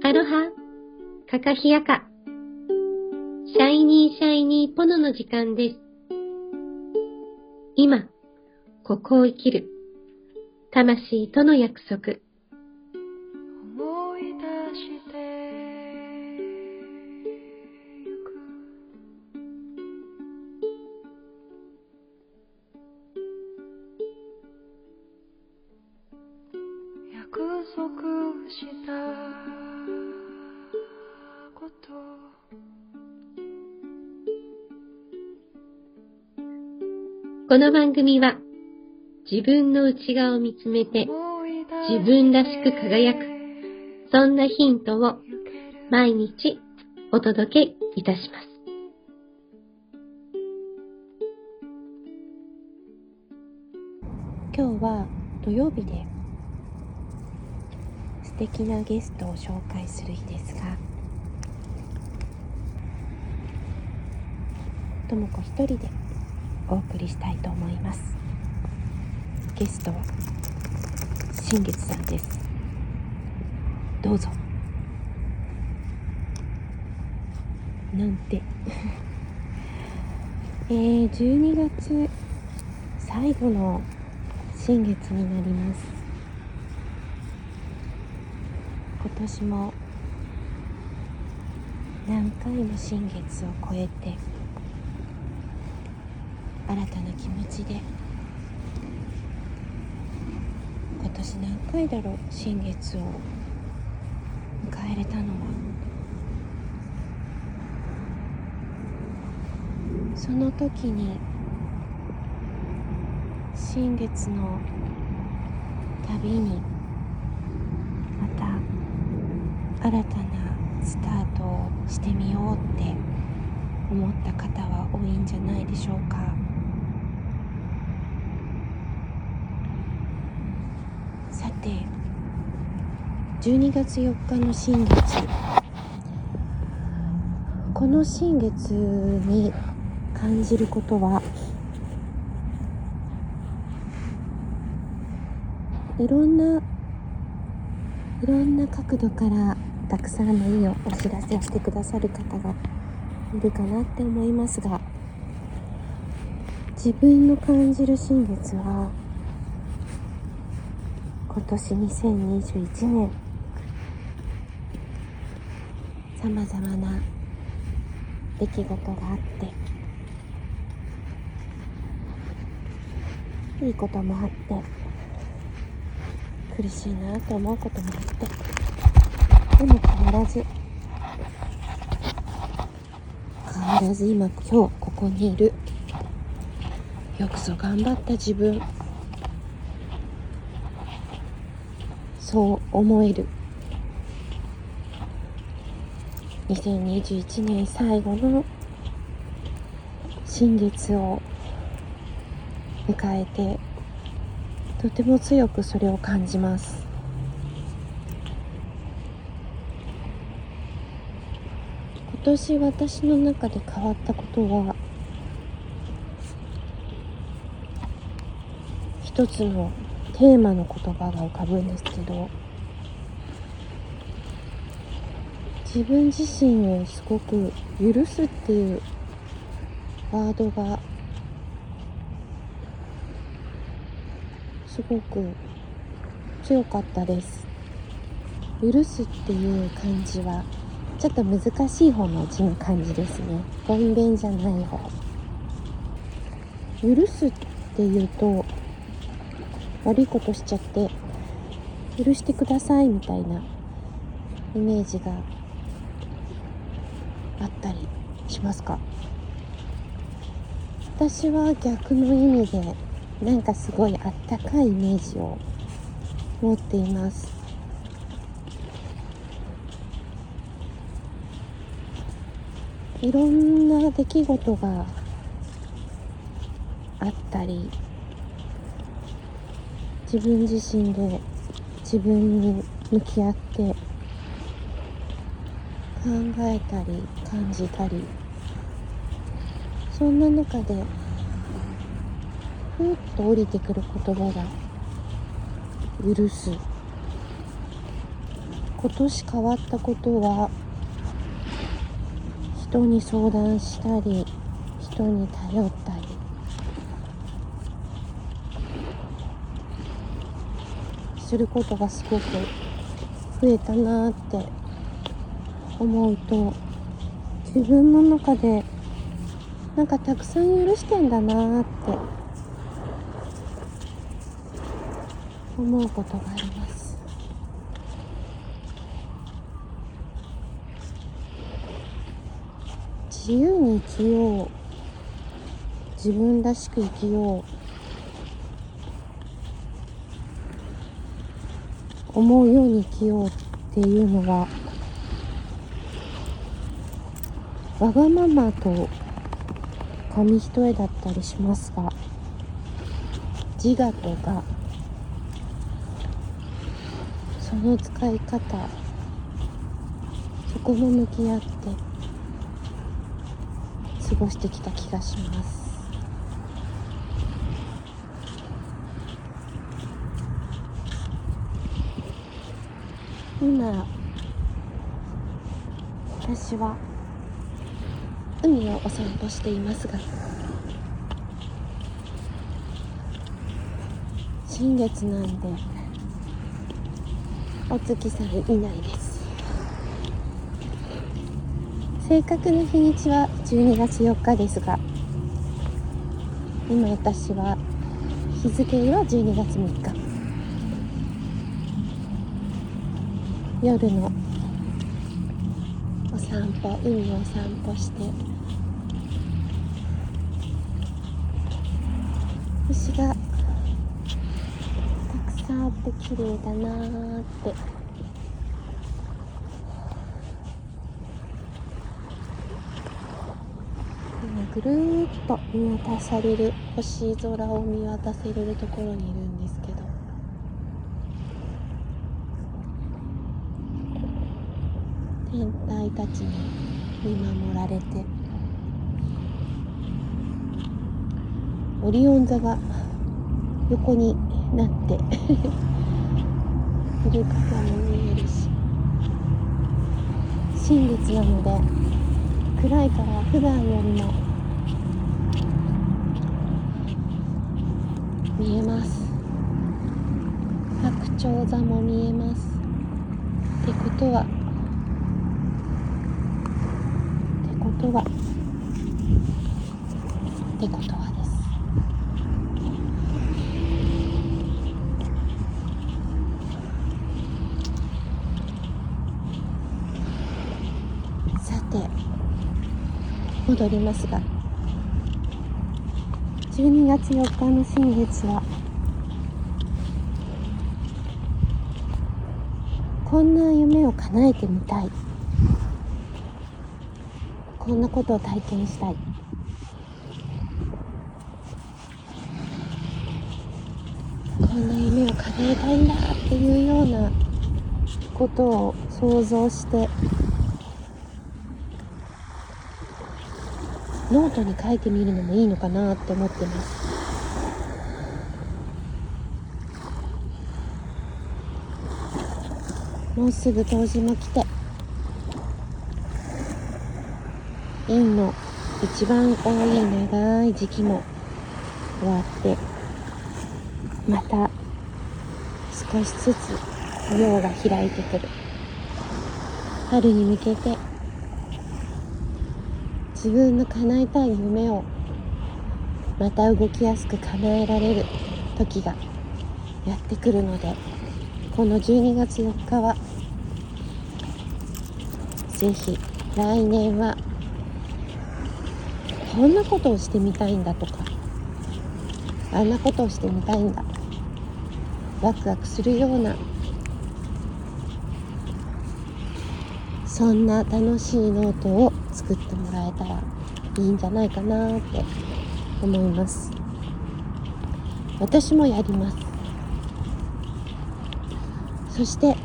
アロハ、カカヒヤカ、シャイニーシャイニーポノの時間です。今、ここを生きる、魂との約束。 思い出してゆく約束したことこの番組は自分の内側を見つめて自分らしく輝く、そんなヒントを毎日お届けいたします。今日は土曜日で素敵なゲストを紹介する日ですが、ともこ一人でお送りしたいと思います。ゲストは新月さんです。どうぞ。なんて12月最後の新月になります。今年も何回も新月を超えて新たな気持ちで、今年何回だろう、新月を迎えれたのは。その時に新月のたびにまた新たなスタートをしてみようって思った方は多いんじゃないでしょうか。さて、12月4日の新月、この新月に感じることは、いろんな角度からたくさんの意をお知らせしてくださる方がいるかなって思いますが、自分の感じる新月は、今年2021年さまざまな出来事があって、いいこともあって、苦しいなと思うこともあって、でも変わらず今ここにいる。よくぞ頑張った自分、そう思える2021年最後の新月を迎えて、とても強くそれを感じます。今年私の中で変わったことは、一つのテーマの言葉が浮かぶんですけど、自分自身をすごく許すっていうワードがすごく強かったです。許すっていう漢字はちょっと難しい方の字の漢字ですね。ごんべんじゃない方。許すっていうと、悪いことしちゃって許してくださいみたいなイメージがあったりしますか？私は逆の意味で、なんかすごいあったかいイメージを持っています。いろんな出来事があったり、自分自身で自分に向き合って考えたり感じたり、そんな中でふーっと降りてくる言葉が許す。 今年変わったことは、人に相談したり、人に頼ったり、することがすごく増えたなって思うと、自分の中でなんかたくさん許してんだなって思うことがあります。自由に生きよう、自分らしく生きよう、思うように生きようっていうのは、わがままと紙一重だったりしますが、自我とかその使い方、そこも向き合って過ごしてきた気がします。今私は海をお散歩していますが、新月なんでお月さんいないです。正確な日にちは12月4日ですが、今私は日付は12月3日、夜のお散歩、海を散歩して、星がたくさんあって綺麗だなーって、今ぐるーっと見渡される、星空を見渡せるところにいるんですけど、天体たちに見守られて、オリオン座が横になっている方も見えるし、新月なので暗いから普段よりも見えます。白鳥座も見えます。ってことはです。さて戻りますが、12月4日の新月は、こんな夢を叶えてみたい、こんなことを体験したい、こんな夢を叶えたいんだっていうようなことを想像してノートに書いてみるのもいいのかなって思ってます。もうすぐ冬至も来て、陰の一番多い長い時期も終わって、また少しずつ陽が開いてくる。春に向けて自分の叶えたい夢をまた動きやすく叶えられる時がやってくるので、この12月4日はぜひ来年はこんなことをしてみたいんだとか、あんなことをしてみたいんだ、ワクワクするような、そんな楽しいノートを作ってもらえたらいいんじゃないかなって思います。私もやります。そして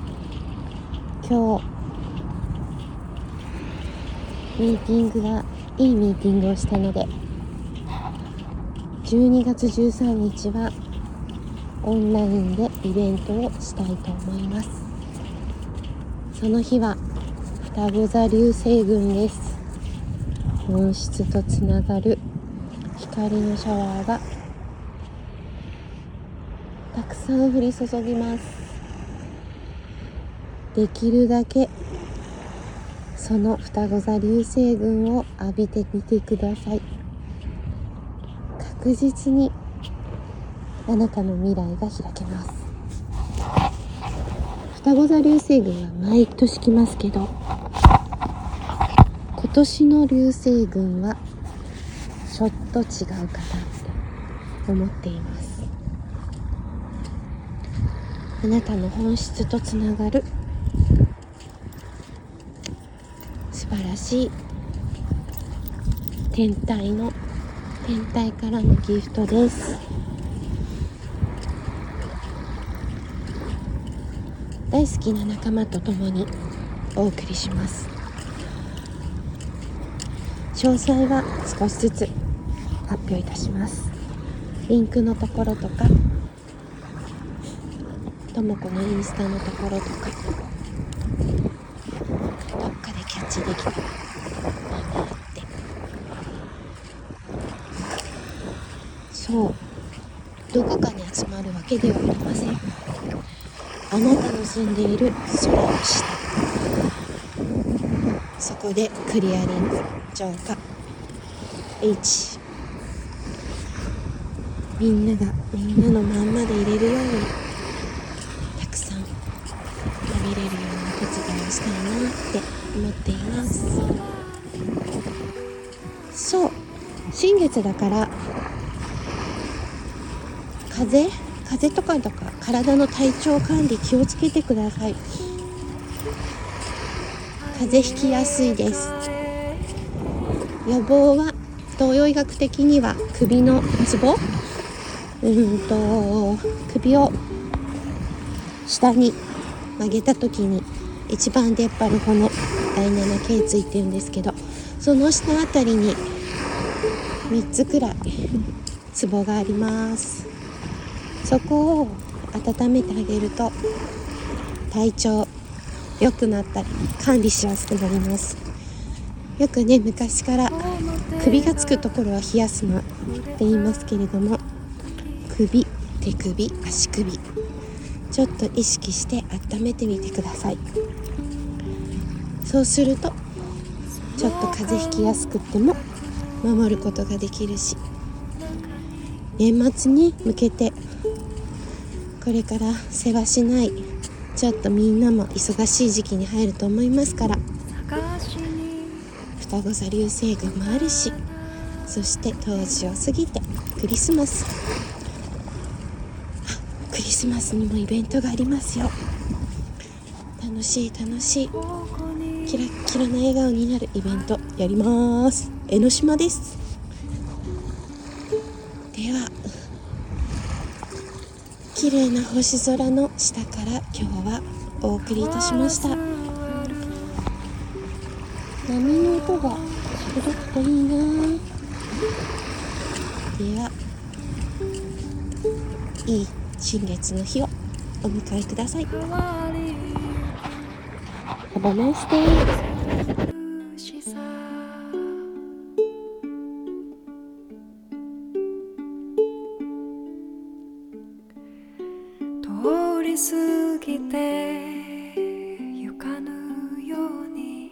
今日いいミーティングをしたので、12月13日はオンラインでイベントをしたいと思います。 その日は双子座流星群です。本質とつながる光のシャワーがたくさん降り注ぎます。できるだけその双子座流星群を浴びてみてください。確実にあなたの未来が開けます。双子座流星群は毎年来ますけど、今年の流星群はちょっと違うかなって思っています。あなたの本質とつながる素晴らしい天体からのギフトです。大好きな仲間と共にお送りします。詳細は少しずつ発表いたします。リンクのところとか、ともこのインスタのところとか、どっかでキャッチできたらいいなって。そう、どこかに集まるわけではありません。あなたの住んでいる空の下、そこでクリアリング浄化 H、 みんなのまんまでいれるようにたくさん浴びれるような手伝いをしたいなって思っています。そう、新月だから風邪とか体の体調管理気をつけてください。風邪ひきやすいです。予防は東洋医学的には首のツボ、首を下に曲げた時に一番出っ張る方の第7頸椎っていうんですけど、その下あたりに3つくらいツボがあります。そこを温めてあげると体調良くなったり管理しやすくなります。よくね、昔から首がつくところは冷やすのって言いますけれども、首、手首、足首、ちょっと意識して温めてみてください。そうするとちょっと風邪ひきやすくっても守ることができるし、年末に向けてこれから世話しない、ちょっとみんなも忙しい時期に入ると思いますから、双子座流星群もあるし、そして冬至を過ぎてクリスマスにもイベントがありますよ。楽しいキラッキラな笑顔になるイベントやります。江ノ島です。では綺麗な星空の下から今日はお送りいたしました。波の音が届くといいな。では、いい新月の日をお迎えください。Have a nice day. 通り過ぎてゆかぬように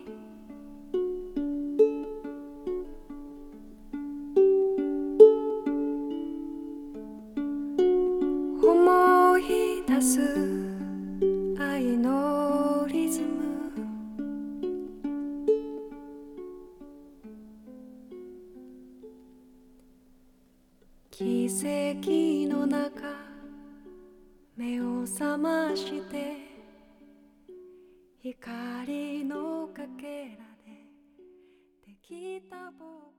思い出す愛のリズム、奇跡の中目を覚まして光のかけらでできた僕